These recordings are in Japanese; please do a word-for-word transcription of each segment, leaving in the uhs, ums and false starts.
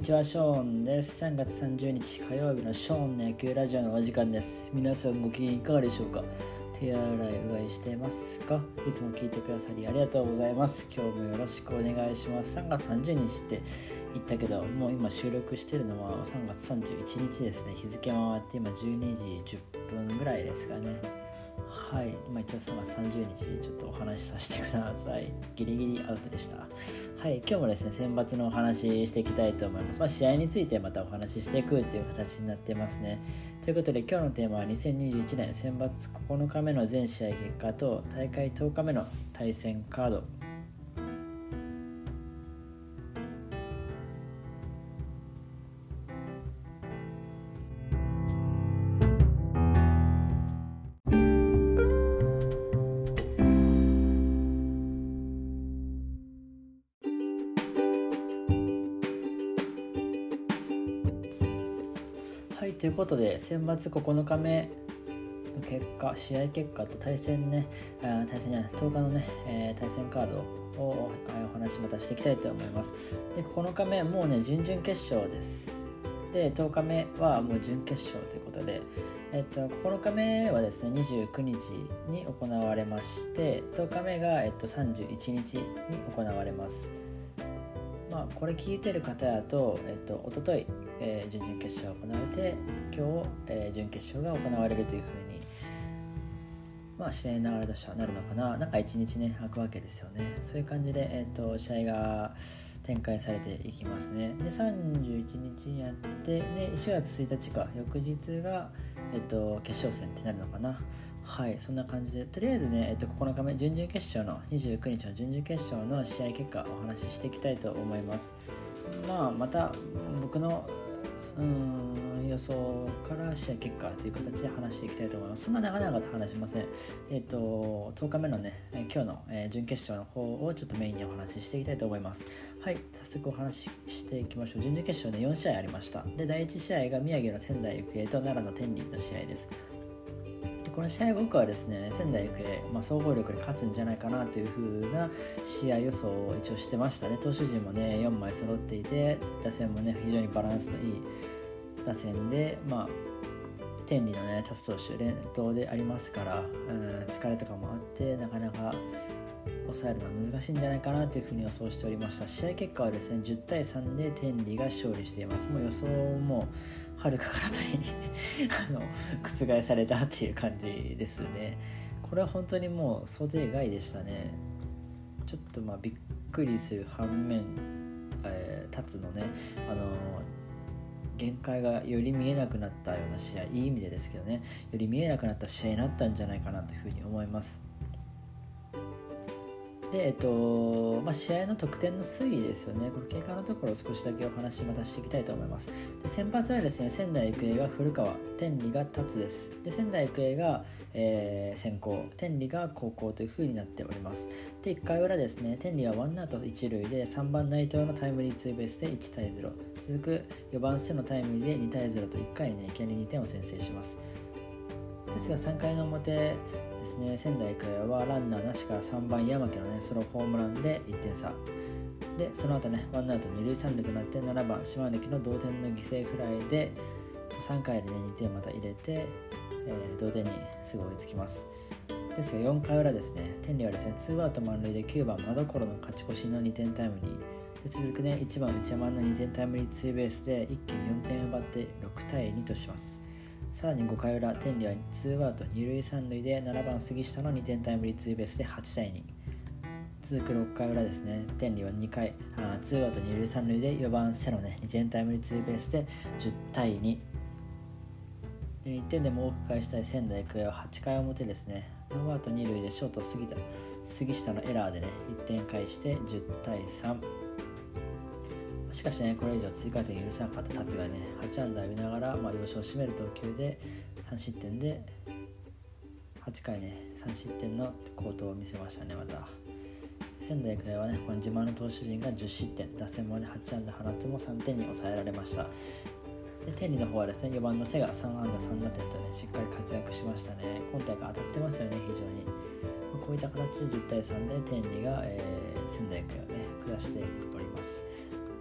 ちは、ショーンです。さんがつさんじゅうにち火曜日のショーンの野球ラジオのお時間です。皆さんご機嫌いかがでしょうか。手洗いうがいしてますか。いつも聞いてくださりありがとうございます。今日もよろしくお願いします。さんがつさんじゅうにちって言ったけど、もう今収録してるのはさんがつさんじゅういちにちですね。日付回って今じゅうにじじゅっぷんぐらいですかね。はい、まあ、一応さんがつさんじゅうにちでちょっとお話しさせてください。ギリギリアウトでした。はい、今日もですね、選抜のお話していきたいと思います。まあ、試合についてまたお話ししていくっていう形になってますね。ということで今日のテーマはにせんにじゅういちねん選抜ここのかめの全試合結果と大会とおかめの対戦カード。はい、ということで選抜ここのかめの結果、試合結果と対戦ね、あ対戦じゃないとおかのね、えー、対戦カードをお話またしていきたいと思います。で、ここのかめもうね準々決勝です。で、とおかめはもう準決勝ということで、えっと、ここのかめはですねにじゅうくにちに行われまして、とおかめが、えっと、さんじゅういちにちに行われます。まあ、これ聞いてる方やと、えっと、おととい、えー、準々決勝が行われて、今日、えー、準決勝が行われるというふうに、まあ、試合の流れとしてはなるのかな。なんかいちにちね、空くわけですよね。そういう感じで、えっと、試合が展開されていきますね。で、さんじゅういちにちやって、で、しがつついたちか、翌日が、えっと、決勝戦ってなるのかな。はい、そんな感じで、とりあえずね、えっと、ここのかめ、準々決勝のにじゅうくにちの準々決勝の試合結果お話ししていきたいと思います。まあ、また僕のうーん予想から試合結果という形で話していきたいと思います。そんな長々と話しません。えっと、とおかめのね、今日の、えー、準決勝の方をちょっとメインにお話ししていきたいと思います。はい、早速お話ししていきましょう。準々決勝でよんしあいありました。で、だいいち試合が宮城の仙台育英と奈良の天理の試合です。この試合僕はですね仙台育英、まあ、総合力で勝つんじゃないかなという風な試合予想を一応してましたね。投手陣もねよんまい揃っていて、打線もね非常にバランスのいい打線で、まあ天理のね達投手連投でありますから、うん、疲れとかもあってなかなか抑えるのは難しいんじゃないかなというふうに予想しておりました。試合結果はですねじゅうたいさんで天理が勝利しています。もう予想もはるか彼方にあの覆されたっていう感じですね。これは本当にもう想定外でしたね。ちょっとまあびっくりする反面、えー、立つのねあの限界がより見えなくなったような試合、いい意味でですけどね、より見えなくなった試合になったんじゃないかなというふうに思います。で、えっとまあ、試合の得点の推移ですよね。この経過のところを少しだけお話またしていきたいと思います。で、先発はですね仙台育英が古川、天理が達です。で、仙台育英が、えー、先行、天理が後攻という風になっております。で、いっかい裏ですね、天理はワンアウトいち塁でさんばん内藤のタイムリーツーベースでいちたいゼロ、続くよばん瀬のタイムリーでにたいゼロといっかいにねいきなりにてんを先制します。ですがさんかいの表ですね、仙台育英はランナーなしからさんばん山木の、ね、ソロホームランでいってん差で、その後ねワンアウトに塁さん塁となってななばん島根の同点の犠牲フライでさんかいで、ね、にてんまた入れて、えー、同点にすぐ追いつきます。ですがよんかい裏ですね、天理はですねツーアウト満塁できゅうばん真所の勝ち越しのにてんタイムリーで、続くねいちばん内山のにてんタイムリーツーベースで一気によんてん奪ってろくたいにとします。さらにごかい裏、天理はツーアウトに塁さん塁でななばん杉下のにてんタイムリーツーベースではちたいに、続くろっかい裏ですね、天理はにかいあツーアウトに塁さん塁でよばん瀬のねにてんタイムリーツーベースでじゅったいにで、いってんでも多く返したい仙台育英ははちかい表ですね、ノーアウトに塁でショート杉田杉下のエラーでねいってん返してじゅったいさん。しかしねこれ以上追加点許さなかった達がねはちあんだ浴びながら、まあ、要所を締める投球でさんしってんではちかいねさんしってんの好投を見せましたね。また仙台育英はねこの自慢の投手陣がじゅっしってん、打線もねはちあんだ放つもさんてんに抑えられました。で、天理の方はですねよばんの瀬がさんあんださんだてんとねしっかり活躍しましたね。今大会当たってますよね非常に。こういった形でじゅったいさんで天理が、えー、仙台育英をね下しております。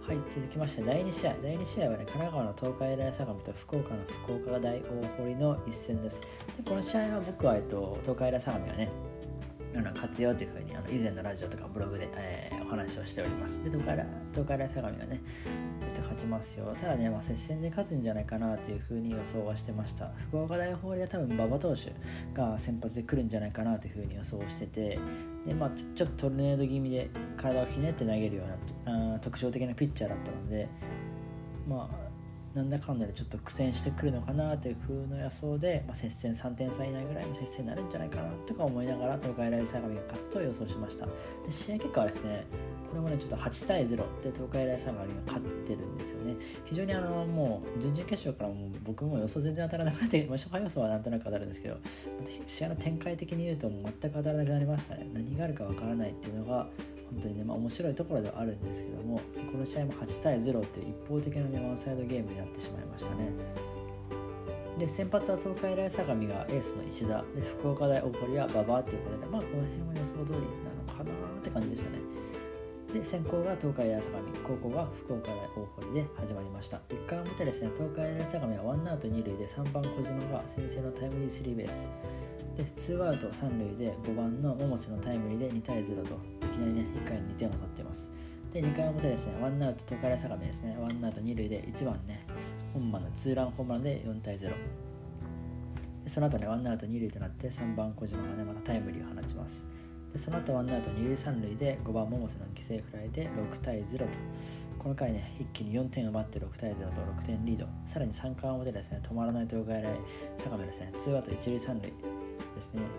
はい、続きましてだいに試合。だいに試合はね、神奈川の東海大相模と福岡の福岡大大濠の一戦です。でこの試合は僕は、えっと、東海大相模がね、あの活用というふうにあの以前のラジオとかブログで、えー、お話をしております。で東海大東海大相模がね勝ちますよ。ただね、まあ、接戦で勝つんじゃないかなというふうに予想はしてました。福岡大濠は多分馬場投手が先発で来るんじゃないかなというふうに予想してて、で、まあ、ちょ, ちょっとトルネード気味で体をひねって投げるようなあ特徴的なピッチャーだったので、まあなんだかんだでちょっと苦戦してくるのかなという風の予想で、まあ、接戦さんてん差以内ぐらいの接戦になるんじゃないかなとか思いながら東海大相模が勝つと予想しました。で試合結果はですね、これもねちょっとはちたいゼロで東海大相模が勝ってるんですよね。非常にあのもう準々決勝からもう僕も予想全然当たらなくて、まあ、初回予想はなんとなく当たるんですけど、試合の展開的に言うと全く当たらなくなりましたね。何があるかわからないっていうのが本当にね、まあ、面白いところではあるんですけども、この試合もはちたいゼロっていう一方的な、ね、ワンサイドゲームになってしまいましたね。で先発は東海大相模がエースの石田で、福岡大大濠は馬場ということで、まあこの辺は予想通りなのかなって感じでしたね。で先攻が東海大相模、後攻が福岡大大濠で始まりました。いっかい表ですね、東海大相模はワンアウトに塁でさんばん小島が先制のタイムリースリーベースで、ツーアウトさん塁でごばんの百瀬のタイムリーでにたいゼロといきなりねいっかいににてんを取っています。でにかい表ですね、ワンアウト東海大相模ですね、ワンアウトに塁でいちばんね本間のツーランホームランでよんたいゼロで、その後ねワンアウトに塁となってさんばん小島がねまたタイムリーを放ちます。でその後ワンアウトに塁さん塁でごばん百瀬の犠牲フライでろくたいゼロと、この回ね一気によんてんを奪ってろくたいゼロとろくてんリード。さらにさんかい表ですね、止まらない東海大相模ですね、ツーアウトいち塁さん塁ですね、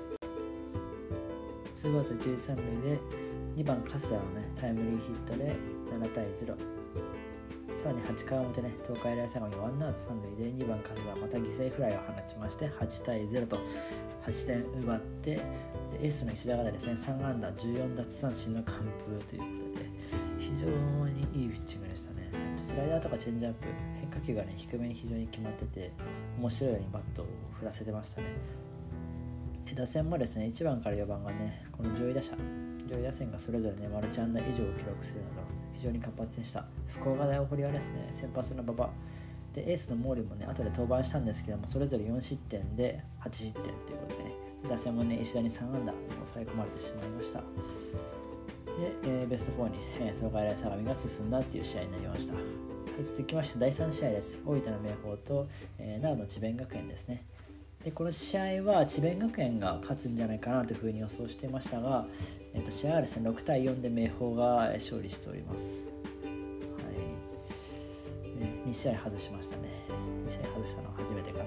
ツーアウトいち塁さん塁でにばん加世田のねタイムリーヒットでななたいゼロ。さらにはちかい表ね、東海大相模ワンアウトさん塁でにばん加世田また犠牲フライを放ちましてはちたいゼロとはちてん奪って、でエースの石田がですねさん安打じゅうよん奪三振の完封ということで、非常にいいピッチングでしたね。スライダーとかチェンジアップ、変化球がね低めに非常に決まってて面白いようにバットを振らせてましたね。で打線もですねいちばんからよばんがねこの上位打者上位打線がそれぞれねマルチ安打以上を記録するなど非常に活発でした。福岡大大濠はですね先発の馬場でエースの毛利もね後で登板したんですけども、それぞれよん失点ではち失点ということでね、打線もね石田にさん安打に抑え込まれてしまいました。で、えー、ベストよんに、えー、東海大相模が進んだっていう試合になりました。はい、続きましてだいさん試合です。大分の明豊と、えー、奈良の智弁学園ですね。でこの試合は智弁学園が勝つんじゃないかなというふうに予想していましたが、えー、と試合はですねろくたいよんで明豊が勝利しております。はいね、に試合外しましたね。に試合外したのは初めてかな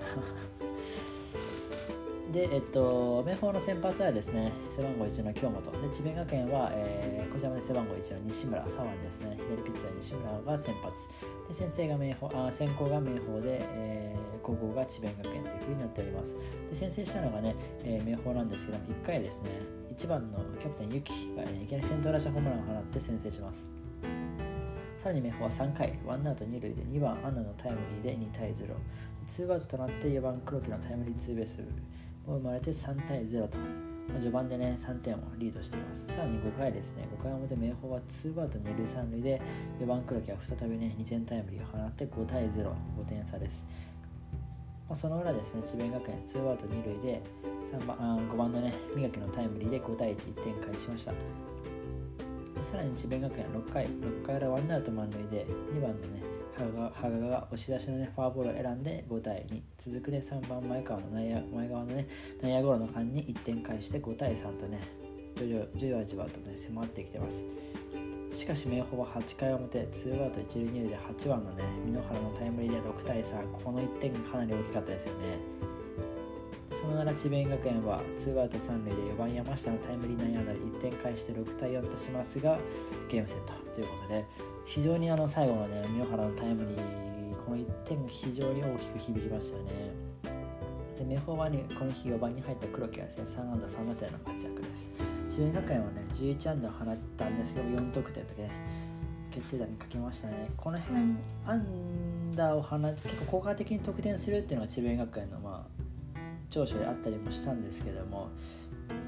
で、えっと、明豊の先発はですね背番号いちの京本で、智弁学園は、えー、こちらも、ね、背番号いちの西村左腕ですね、左ピッチャー西村が先発で、先制が明豊あ先行が明豊で、えー、後攻が智弁学園という風になっております。で先制したのがね、えー、明豊なんですけども、いっかいですねいちばんのキャプテンゆきが、ね、いきなり先頭打者ホームランを放って先制します。さらに明豊はさんかいワンアウトに塁でにばんアンナのタイムリーでにたいゼロ、ツーアウトとなってよばん黒木のタイムリーツーベースを生まれてさんたいゼロと、まあ、序盤でねさんてんをリードしています。さらにごかいですね、ごかい表明豊はツーアウトに塁さん塁でよばん黒木は再びねにてんタイムリーを放ってごたいゼロ、ごてん差です。まあ、その裏ですね、智弁学園ツーアウトに塁でさんばんあごばんのね磨きのタイムリーでごたいいち、いってん返しました。でさらに智弁学園ろっかいろっかい裏ワンアウト満塁でにばんのね羽賀が押し出しの、ね、フォアボールを選んでごたいに、続くでさんばん前川の内野前側のね内野ゴロの間にいってん返してごたいさんとね徐々じわじわとね迫ってきてます。しかし明豊ははちかい表ツーアウトいち塁に塁ではちばんのね箕原のタイムリーでろくたいさん、このいってんがかなり大きかったですよね。その裏智弁学園はツーアウトさん塁でよばん山下のタイムリー内野安打でいってん返してろくたいよんとしますがゲームセットということで、非常にあの最後のね箕原のタイムリーこのいってんが非常に大きく響きましたよね。で明豊は、ね、この日よばんに入った黒木がですねさん安打さん打点の活躍です。智弁学園はねじゅういち安打を放ったんですけどよん得点とかね決定打にかけましたね。この辺安打を放って結構効果的に得点するっていうのが智弁学園のまあ長所であったりもしたんですけども、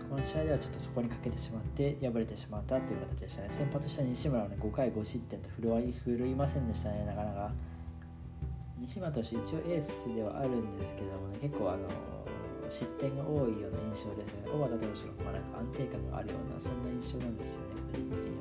この試合ではちょっとそこにかけてしまって敗れてしまったという形でしたね。先発した西村は、ね、ごかいご失点と振るわい振るいませんでしたね。なかなか西村投手一応エースではあるんですけどもね、結構あの失点が多いような印象ですよね。小畑投手の、まあ、なんか安定感があるようなそんな印象なんですよね、個人的に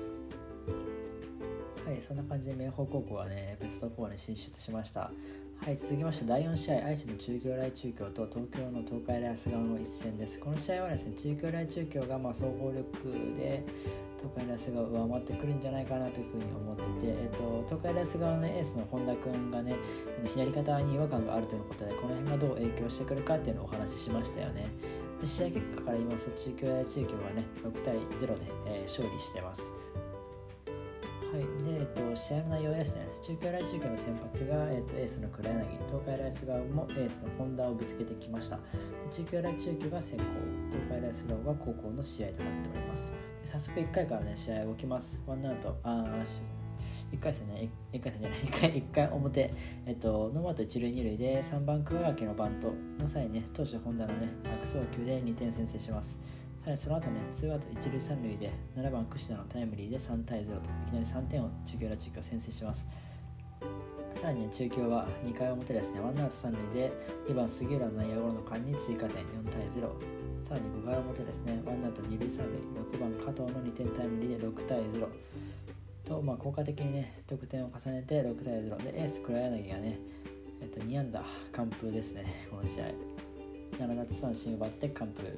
は。はい、そんな感じで明豊高校はねベストフォーに進出しました。はい、続きましてだいよん試合、愛知の中京大中京と東京の東海大菅生の一戦です。この試合はですね、中京大中京がまあ総合力で東海大菅生を上回ってくるんじゃないかなというふうに思っていて、えっと、東海大菅生の、ね、エースの本田君がね左肩に違和感があるということで、この辺がどう影響してくるかっていうのをお話ししましたよね。で試合結果から言いますと、中京大中京がねろくたいゼロで、えー、勝利しています。はい、で、えっと、試合の内容ですね。中京大中京の先発が、えっと、エースの黒柳、東海大菅生もエースの本田をぶつけてきました。で中京大中京が先行、東海大菅生が後攻の試合となっております。で早速いっかいからね試合動きます。ワンアウト、あーいっかい戦ね、いっかい戦じゃない、いっかい、いっかい表、えっと、ノーアウトいち塁に塁でさんばん桑垣のバントの際にね、投手本田のね悪送球でにてん先制します。その後ね、ツーアウトいち塁さん塁でななばん櫛田のタイムリーでさんたいゼロといきなりさんてんを中京大中京が先制します。さらに、ね、中京はにかい表ですね、ワンアウトさん塁でにばん杉浦の内野ゴロの間に追加点よんたいゼロ。さらにごかい表ですね、ワンアウトに塁さん塁、ろくばん加藤のにてんタイムリーでろくたいゼロと、まあ、効果的にね得点を重ねてろくたいゼロで、エース黒柳がね、えっと、に安打完封ですね。この試合なな奪三振奪って完封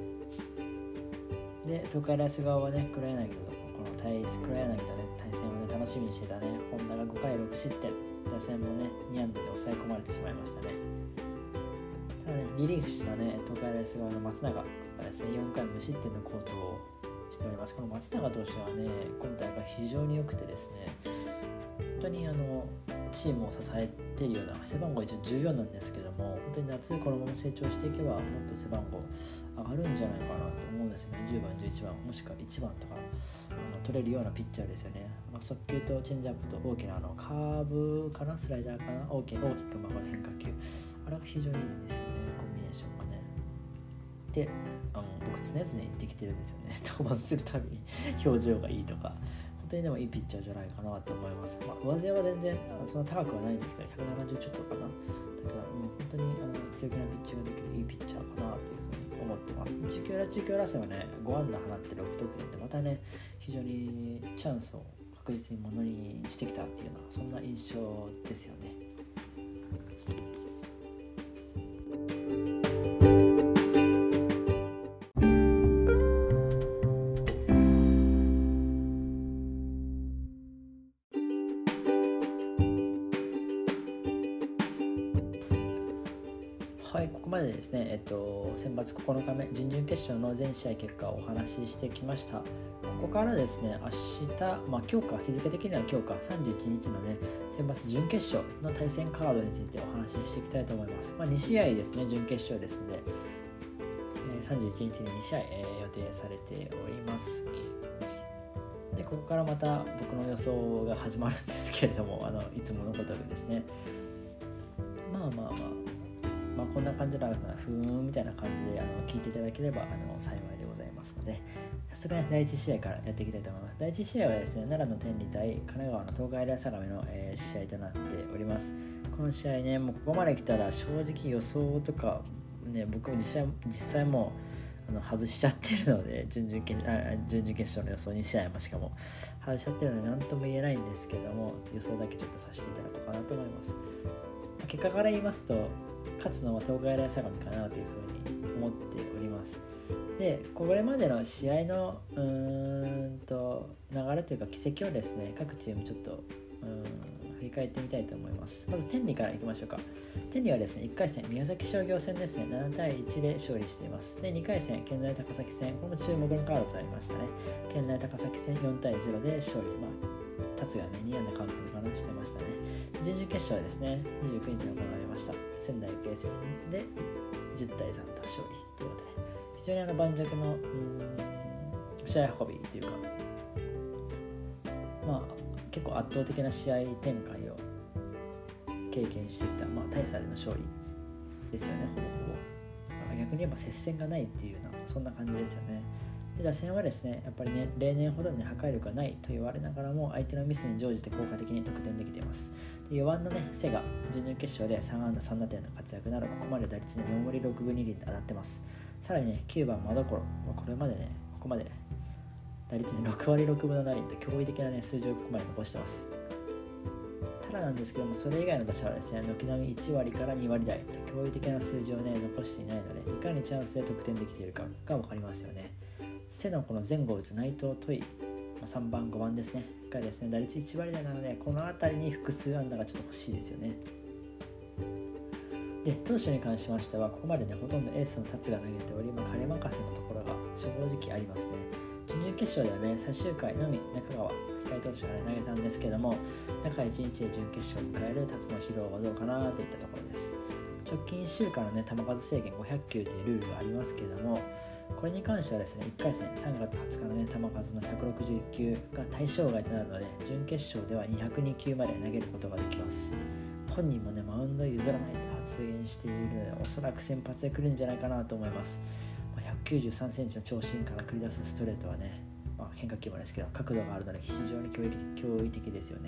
で、東海大菅生はね、黒柳とこの対黒柳とね対戦をね楽しみにしてたね本田がごかいろく失点、打線もねに安打で抑え込まれてしまいましたね。ただね、リリーフしたね東海大菅生の松永がですねよんかい無失点の好投をしております。この松永投手はね今大会非常に良くてですね、本当にあのチームを支えているような、背番号一応じゅうよんなんですけども、本当に夏このまま成長していけばもっと背番号上がるんじゃないかなと思うんですよね。じゅうばんじゅういちばんもしくはいちばんとかあの取れるようなピッチャーですよね。まあ、速球とチェンジアップと大きなあのカーブかなスライダーかな大き大きく曲がる変化球、あれが非常にいいんですよね、コンビネーションがね。で、あの僕常々言ってきてるんですよね、登板するたびに表情がいいとか、本当にでもいいピッチャーじゃないかなと思います。まあ、上背は全然そんな高くはないんですけどひゃくななじゅうちょっとかな。だからもう本当にあの強気なピッチングができるいいピッチャーかなというふうに思ってます。中京大中京打線はねご安打放ってろく得点で、またね非常にチャンスを確実にものにしてきたっていうようなそんな印象ですよね。はい、ここまでですね、えっと、選抜ここのかめ準々決勝の全試合結果をお話ししてきました。ここからですね、明日、まあ今日か、日付的には今日か、さんじゅういちにちのね、選抜準決勝の対戦カードについてお話ししていきたいと思います。まあ、に試合ですね、準決勝ですので、えー、さんじゅういちにちにに試合、えー、予定されております。で、ここからまた僕の予想が始まるんですけれども、あのいつものことでですね、まあまあまあ、まあ、こんな感じなのかな、ふーんみたいな感じであの聞いていただければあの幸いでございますので、早速ね、だいいち試合からやっていきたいと思います。だいいち試合はですね、奈良の天理対神奈川の東海大相模の、えー、試合となっております。この試合ね、もうここまで来たら正直予想とか、ね、僕も実際、実際もうあの外しちゃってるので、準々決、あ、準々決勝の予想に試合もしかも外しちゃってるので何とも言えないんですけども、予想だけちょっとさせていただこうかなと思います。結果から言いますと、勝つのは東海大相模かなというふうに思っております。で、これまでの試合のうーんと流れというか軌跡をですね、各チームちょっとうーん振り返ってみたいと思います。まず天理からいきましょうか。天理はですね、いっかい戦宮崎商業戦ですね、ななたいいちで勝利しています。で、にかい戦県内高崎戦、これも注目のカードとなりましたね。県内高崎戦よんたいゼロで勝利、まあ達がね、に安打完封かなしてましたね。準々決勝はですね、にじゅうくにちに行われました仙台育英戦でじゅったいさんと勝利ということで、非常にあの盤石のうーん試合運びというか、まあ結構圧倒的な試合展開を経験してきた、まあ、大差での勝利ですよね、ほぼほぼ。逆に言えば接戦がないっていうようなそんな感じですよね。で打線はですねやっぱりね例年ほどに、ね、破壊力がないと言われながらも相手のミスに乗じて効果的に得点できています。でよんばんのねセガ準々決勝でさん安打さん打点の活躍などここまで打率によん割ろくぶに厘で当たってます。さらにねきゅうばん真所、これまでねここまで打率にろく割ろくぶなな厘と驚異的な、ね、数字をここまで残してます。ただなんですけどもそれ以外の打者はですね軒並みいち割からに割台と驚異的な数字をね残していないのでいかにチャンスで得点できているかが分かりますよね。背のこの前後を打つ内藤トイさんばんごばんですねがですね打率いち割台なのでこの辺りに複数安打がちょっと欲しいですよね。で投手に関しましてはここまでねほとんどエースの達が投げており、まあ、彼任せのところが正直ありますね。準々決勝ではね最終回のみ中川控え投手が、ね、投げたんですけども中いちにちで準決勝を迎える達の疲労はどうかなといったところです。直近いっしゅうかんの、ね、球数制限ごひゃくきゅうというルールがありますけれどもこれに関してはですねいっかい戦さんがつはつかの、ね、球数のひゃくろくじゅういっきゅうが対象外となるので準決勝ではにひゃくにきゅうまで投げることができます。本人もねマウンド譲らないと発言しているのでおそらく先発で来るんじゃないかなと思います。ひゃくきゅうじゅうさんセンチの長身から繰り出すストレートはね、まあ、変化球もですけど角度があるので非常に驚異的、驚異的ですよね。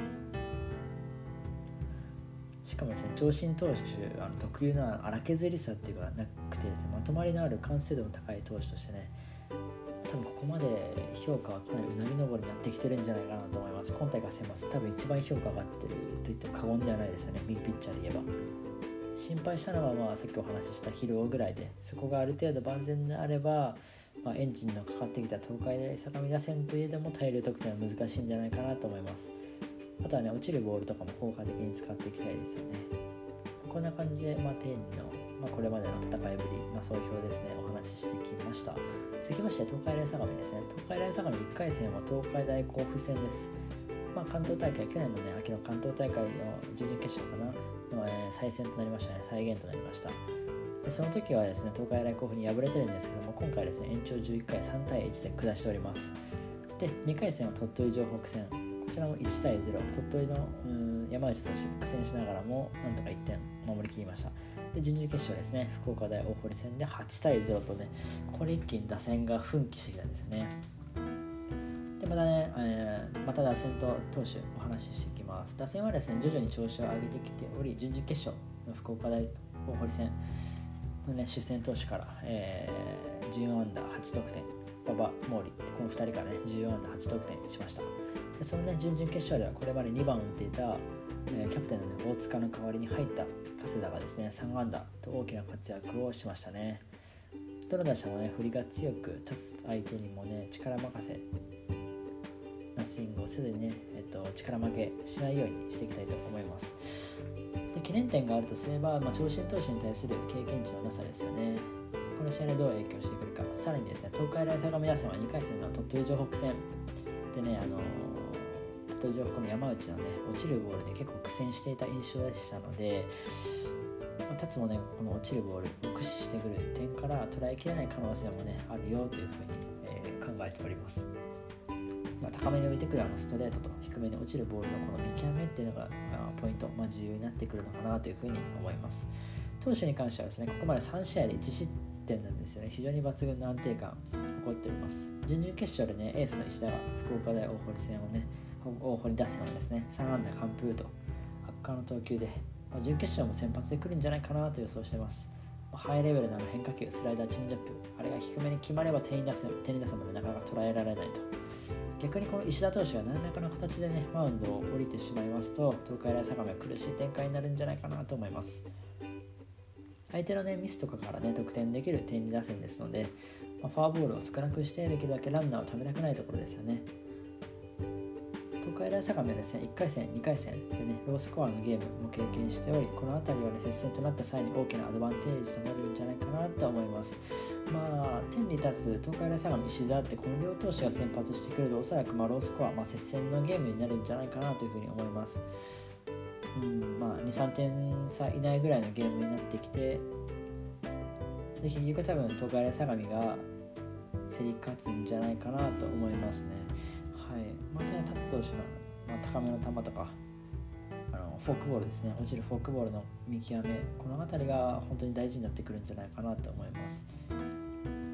しかもですね長身投手あの特有な荒削りさっていうのがなくてですねまとまりのある完成度の高い投手としてね多分ここまで評価はかなりうなぎ登りになってきてるんじゃないかなと思います。今大会選抜多分一番評価上がってると言っても過言ではないですよね。右ピッチャーで言えば心配したのは、まあ、さっきお話しした疲労ぐらいでそこがある程度万全であれば、まあ、エンジンのかかってきた東海大相模打線といえども大量得点は難しいんじゃないかなと思います。あとはね落ちるボールとかも効果的に使っていきたいですよね。こんな感じで、まあ、天理の、まあ、これまでの戦いぶり、まあ、総評ですねお話ししてきました。続きまして東海大相模ですね。東海大相模いっかい戦は東海大甲府戦です。まあ、関東大会去年のね秋の関東大会の準々決勝かなの、えー、再戦となりましたね。再現となりました。でその時はですね東海大甲府に敗れてるんですけども今回ですね延長じゅういっかいさんたいいちで下しております。でにかい戦は鳥取城北戦こちらもいちたいゼロ鳥取のうーん山内投手苦戦しながらもなんとかいってん守りきりました。で準々決勝ですね福岡大大堀戦ではちたいゼロとねこれ一気に打線が奮起してきたんですよね。でまたね、えー、また打線と投手お話ししていきます。打線はですね徐々に調子を上げてきており準々決勝の福岡大大堀戦のね主戦投手から、えー、じゅうよん安打はち得点馬場毛利このふたりからねじゅうよん安打はち得点しました。でそのね準々決勝ではこれまでにばんを打っていた、えー、キャプテンの、ね、大塚の代わりに入った加世田がですねさん安打と大きな活躍をしましたね。どの打者もね振りが強く立つ相手にもね力任せなスイングをせずにね、えっと、力負けしないようにしていきたいと思います。で懸念点があるとすれば、まあ、長身投手に対する経験値のなさですよね。この試合でどう影響してくるか。さらにですね東海大相模打線はにかい戦の鳥取城北戦でね、あのー、鳥取城北の山内のね落ちるボールで結構苦戦していた印象でしたので、まあ、達もねこの落ちるボールを駆使してくる点から捉えきれない可能性もねあるよというふうに、えー、考えております。まあ、高めに浮いてくるあのストレートと低めに落ちるボールのこの見極めっていうのがポイント、まあ、重要になってくるのかなというふうに思います。投手に関してはですねここまでさん試合でいち失点なんですよね。非常に抜群の安定感を誇っております。準々決勝でねエースの石田が福岡大大堀戦をね大堀打線をですねさん安打完封と圧巻の投球で、まあ、準決勝も先発で来るんじゃないかなと予想しています。まあ、ハイレベルな変化球スライダーチェンジアップあれが低めに決まれば点に出せ点に出せまでなかなか捉えられないと。逆にこの石田投手が何らかの形でねマウンドを降りてしまいますと東海大相模は苦しい展開になるんじゃないかなと思います。相手のねミスとかからね得点できる点に打線ですので、まあ、フォアボールを少なくしてできるだけランナーをためたくないところですよね。東海大相模はですねいっかい戦にかい戦でねロースコアのゲームも経験しておりこの辺りはね接戦となった際に大きなアドバンテージとなるんじゃないかなと思います。まあ天に立つ東海大相模石田ってこの両投手が先発してくるとおそらくまあロースコア、まあ、接戦のゲームになるんじゃないかなというふうに思います。うんまあ、にさんてん差以内ぐらいのゲームになってきてで結局多分東海大相模が競り勝つんじゃないかなと思いますね。はい、またね達投手の、まあ、高めの球とかあのフォークボールですね落ちるフォークボールの見極めこの辺りが本当に大事になってくるんじゃないかなと思います。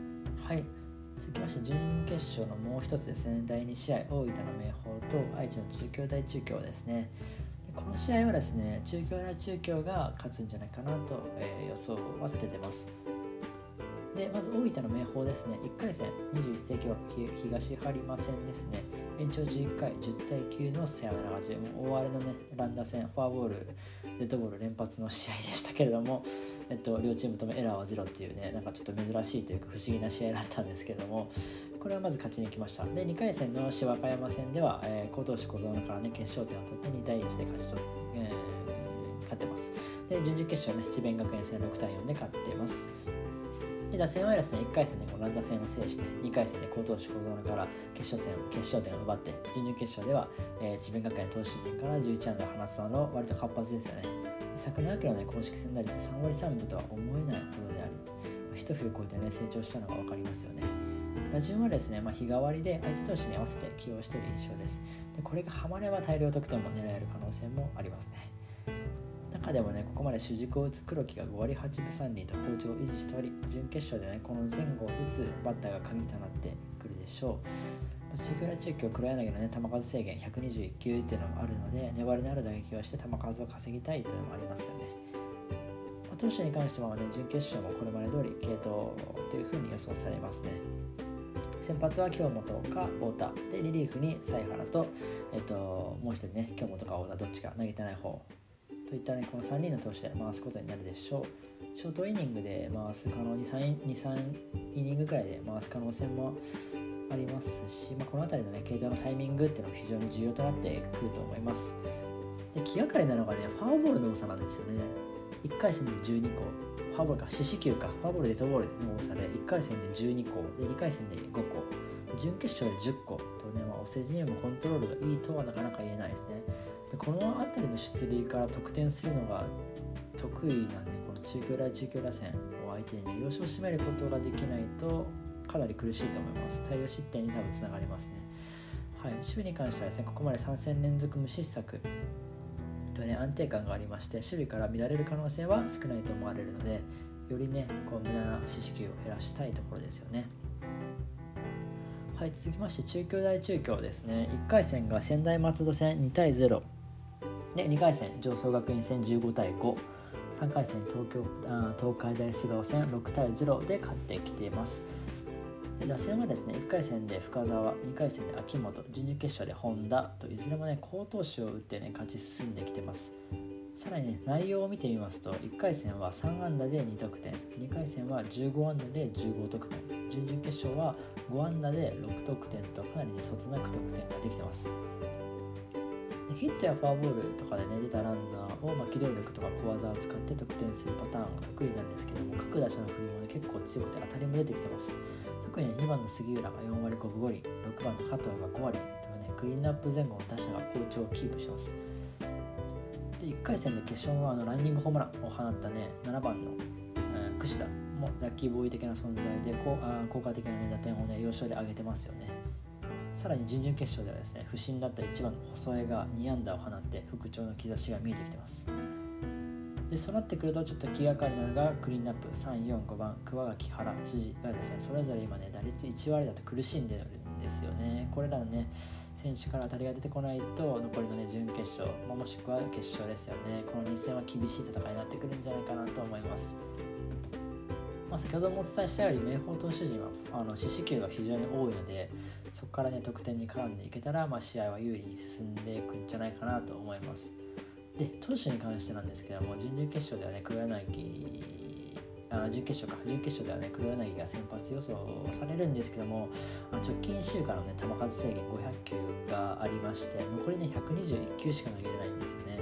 はい、続きまして準決勝のもう一つですね、だいに試合、大分の明豊と愛知の中京大中京ですね。でこの試合はですね、中京大中京が勝つんじゃないかなと、えー、予想は立ててます。でまず大分の明豊ですね、いっかい戦にじゅういっ世紀枠東播磨戦ですね、延長じゅういっかいじゅうたいきゅうのサヨナラ勝ち、大荒れのね乱打戦、フォアボール、デッドボール連発の試合でしたけれども、えっと、両チームともエラーはゼロっていうね、なんかちょっと珍しいというか不思議な試合だったんですけれども、これはまず勝ちに来ました。でにかい戦の芝和歌山戦では、えー、好投手小園からね決勝点を取ってにたいいちで勝ち取って、えー、勝ってます。で準々決勝ね、智弁学園戦ろくたいよんで勝っています。で打線はですね、いっかい戦でこの乱打戦を制してにかい戦で好投手小園から決勝戦決勝点を奪って、準々決勝では、えー、智弁学園投手陣からじゅういちあんだを放つなど割と活発ですよね。昨年秋の、ね、公式戦打率さんわりさんぶとは思えないほどであり、一冬超えて、ね、成長したのが分かりますよね。打順はですね、まあ、日替わりで相手投手に合わせて起用している印象です。でこれがハマれば大量得点も狙える可能性もありますね。中でもね、ここまで主軸を打つ黒木がごわりはちぶさんりんと好調を維持しており、準決勝でね、この前後を打つバッターが鍵となってくるでしょう。中京大中京、黒柳の、ね、球数制限ひゃくにじゅういっきゅうっていうのもあるので、粘りのある打撃をして球数を稼ぎたいというのもありますよね。まあ、投手に関しては、ね、準決勝もこれまで通り継投というふうに予想されますね。先発は京本か太田で、リリーフに犀原と、えっと、もう一人ね、京本か太田どっちか投げてない方といったね、このさんにんの投手で回すことになるでしょう。ショートイニングで回す可能に にさんイニングくらいで回す可能性もありますし、まあ、この辺りのね、継投のタイミングっていうのも非常に重要となってくると思います。で気がかりなのがね、フォアボールの多さなんですよね。いっかい戦でじゅうにこ、フォアボールか四死球か、フォアボールでデッドボールの多さでいっかい戦でじゅうにこでにかい戦でごこ、準決勝でじゅっことね、まあ、お世辞にもコントロールがいいとはなかなか言えないですね。でこの辺りの出塁から得点するのが得意なね、この中京大中京打線を相手に、ね、要所を締めることができないとかなり苦しいと思います。大量失点に多分つながりますね。はい、守備に関してはですね、ここまでさん戦連続無失策と、ね、安定感がありまして、守備から乱れる可能性は少ないと思われるので、よりね、こう無駄な四死球を減らしたいところですよね。はい、続きまして中京大中京ですね。いっかい戦が専大松戸戦にたいゼロで、にかい戦常総学院戦じゅうごたいご、さんかい戦 東, 京あ東海大菅生戦ろくたいゼロで勝ってきています。で打線はですね、いっかい戦で深沢、にかい戦で秋元、準々決勝で本田といずれもね、好投手を打ってね、勝ち進んできてます。さらにね、内容を見てみますと、いっかい戦はさんあんだでにとくてん、にかい戦はじゅうごあんだでじゅうごとくてん、準々決勝はごあんだでろくとくてんと、かなりね、そつなく得点ができてます。でヒットやフォアボールとかでね、出たランナーを、まあ、機動力とか小技を使って得点するパターンが得意なんですけども、各打者の振りもね、結構強くて当たりも出てきてます。特に、ね、にばんの杉浦がよんわりごぶごりん、ろくばんの加藤がごわりというね、クリーンアップ前後の打者が好調をキープします。でいっかい戦で決勝はあのランニングホームランを放ったね、ななばんの、えー、櫛田もラッキーボーイ的な存在で、こうあ効果的な、ね、打点をね、要所で上げてますよね。さらに準々決勝ではですね、不振だったいちばんの細江がにあんだを放って復調の兆しが見えてきてます。でそうなってくるとちょっと気がかりなのがクリーンアップさん、よん、ごばん桑垣、原、辻がですね、それぞれ今ね、打率いちわりだと苦しんでるんですよね。これらのね、選手から当たりが出てこないと残りのね、準決勝、まあ、もしくは決勝ですよね。このに戦は厳しい戦いになってくるんじゃないかなと思います。まあ、先ほどもお伝えしたように、明豊投手陣はあの四死球が非常に多いので、そこからね、得点に絡んでいけたら、まあ、試合は有利に進んでいくんじゃないかなと思います。で投手に関してなんですけども、準々決勝ではね、黒柳あ準決勝か準決勝ではね、黒柳が先発予想されるんですけども、直近いっしゅうかんのね、球数制限ごひゃくきゅうがありまして、残りねひゃくにじゅういっきゅうしか投げれないんですよね。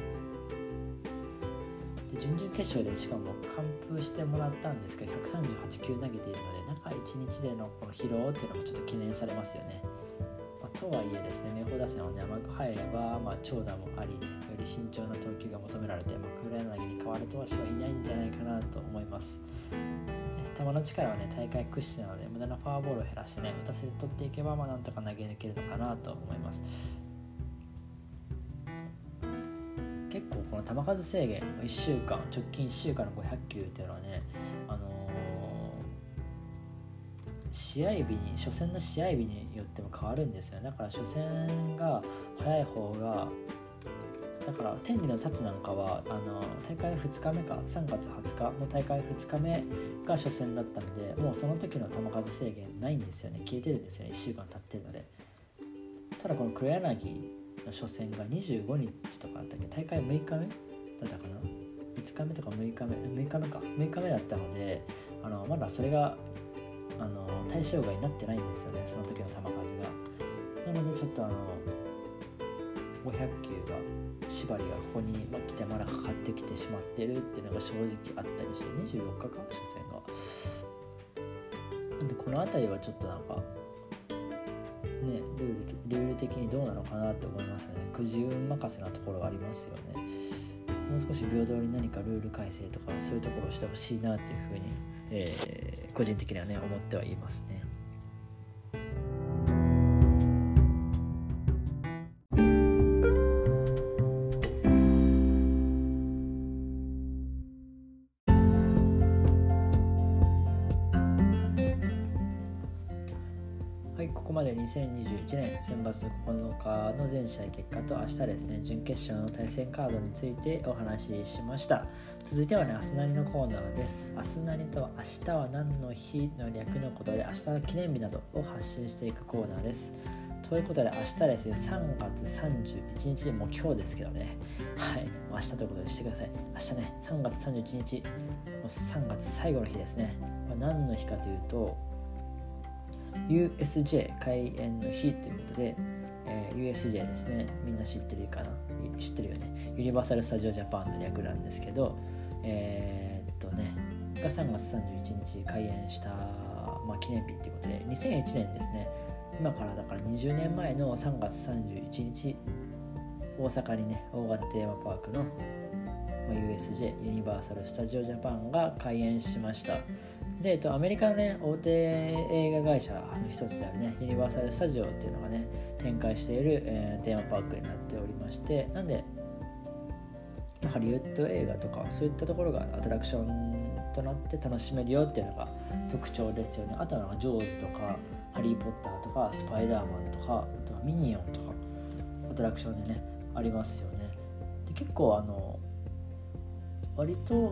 で準々決勝でしかも完封してもらったんですけど、ひゃくさんじゅうはちきゅう投げているので、中いちにちでのこの疲労っていうのもちょっと懸念されますよね。とはいえですね、明豊打線はね、甘く入れば、まあ、長打もあり、ね、より慎重な投球が求められて、まあ、黒柳に代わる投手はいないんじゃないかなと思います。球の力はね、大会屈指なので、無駄なフォアボールを減らしてね、打たせて取っていけば、まあ、なんとか投げ抜けるのかなと思います。結構この球数制限いっしゅうかん、直近いっしゅうかんのごひゃくきゅうっていうのはね、あの試合日に初戦の試合日によっても変わるんですよ。だから初戦が早い方が、だから天理の立つなんかはあの大会ふつかめかさんがつはつかの大会ふつかめが初戦だったので、もうその時の球数制限ないんですよね。消えてるんですよね、いっしゅうかん経ってるので。ただこの黒柳の初戦がにじゅうごにちとかあったっけ、大会むいかめだったかな、いつかめとかむいかめむいかめかむいかめだったので、あのまだそれがあの対象外になってないんですよね、その時の球数が。なのでちょっとあのごひゃくきゅうが縛りがここに来てまだかかってきてしまってるっていうのが正直あったりして、にじゅうよっかか初戦が。なんでこの辺りはちょっとなんかね、ルール、ルール的にどうなのかなって思いますよね。くじ運任せなところありますよね。もう少し平等に何かルール改正とかそういうところをしてほしいなっていうふうに、えー、個人的にはね思ってはいますね。はい、ここまでにせんにじゅういちねん選抜ここのかの全試合結果と明日ですね、準決勝の対戦カードについてお話ししました。続いてはね、明日なりのコーナーです。明日なりとは明日は何の日の略のことで、明日の記念日などを発信していくコーナーです。ということで明日ですね、さんがつさんじゅういちにち、もう今日ですけどね、はい、明日ということにしてください。明日ね、さんがつさんじゅういちにち、もうさんがつ最後の日ですね。まあ、何の日かというとユーエスジェー 開園の日ということで、えー、ユーエスジェー ですね、みんな知ってるかな、知ってるよね、ユニバーサル・スタジオ・ジャパンの略なんですけど、えー、っとねがさんがつさんじゅういちにち開園した、まあ、記念日ということで、にせんいちねんですね、今からだからにじゅうねんまえのさんがつさんじゅういちにち、大阪にね大型テーマパークの ユーエスジェー ユニバーサル・スタジオ・ジャパンが開園しました。で、えっと、アメリカのね大手映画会社の一つであるねユニバーサル・スタジオっていうのがね展開している、えー、テーマパークになっておりまして、なんでハリウッド映画とかそういったところがアトラクションとなって楽しめるよっていうのが特徴ですよね。あとはジョーズとかハリー・ポッターとかスパイダーマンとか、あとはミニオンとかアトラクションでねありますよね。で結構あの割と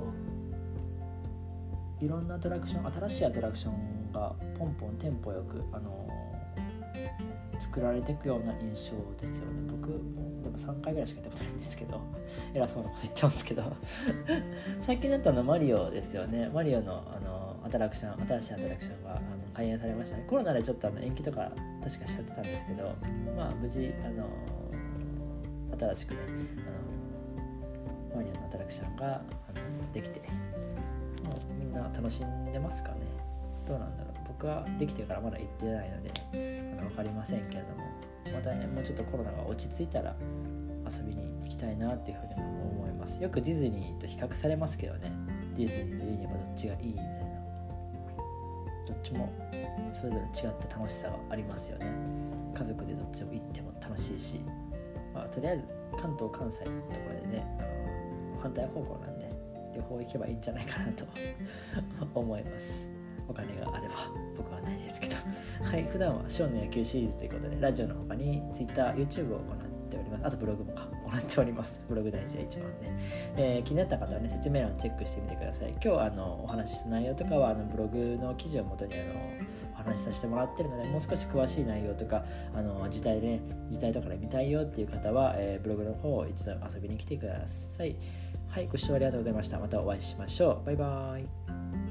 いろんなアトラクション、新しいアトラクションがポンポンテンポよく、あのー、作られていくような印象ですよね。僕もでもさんかいぐらいしか行ったことないんですけど、偉そうなこと言ってますけど最近だったのマリオですよね。マリオの、あのー、アトラクション、新しいアトラクションがあの開園されましたね。コロナでちょっとあの延期とか確かしちゃってたんですけど、まあ無事、あのー、新しくね、あのマリオのアトラクションがあのできて、もうみんな楽しんでますかね。どうなんだろう。僕はできてからまだ行ってないのであの分かりませんけれども、またねもうちょっとコロナが落ち着いたら遊びに行きたいなっていうふうに思います。よくディズニーと比較されますけどね、ディズニーとユニバどっちがいいみたいな、どっちもそれぞれ違った楽しさがありますよね。家族でどっちも行っても楽しいし、まあ、とりあえず関東関西のところでね、あの反対方向なんで両方行けばいいんじゃないかなと思います。お金があれば、僕はないですけどはい、普段はショーの野球シリーズということで、ラジオの他に Twitter、YouTube を行っております。あとブログも行っております。ブログ大事は一番ね、えー、気になった方はね説明欄をチェックしてみてください。今日あのお話しした内容とかはあのブログの記事をもとにあのお話しさせてもらってるので、もう少し詳しい内容とかあの自体で、ね、自体とかで見たいよっていう方は、えー、ブログの方を一度遊びに来てください。はい、ご視聴ありがとうございました。またお会いしましょう。バイバイ。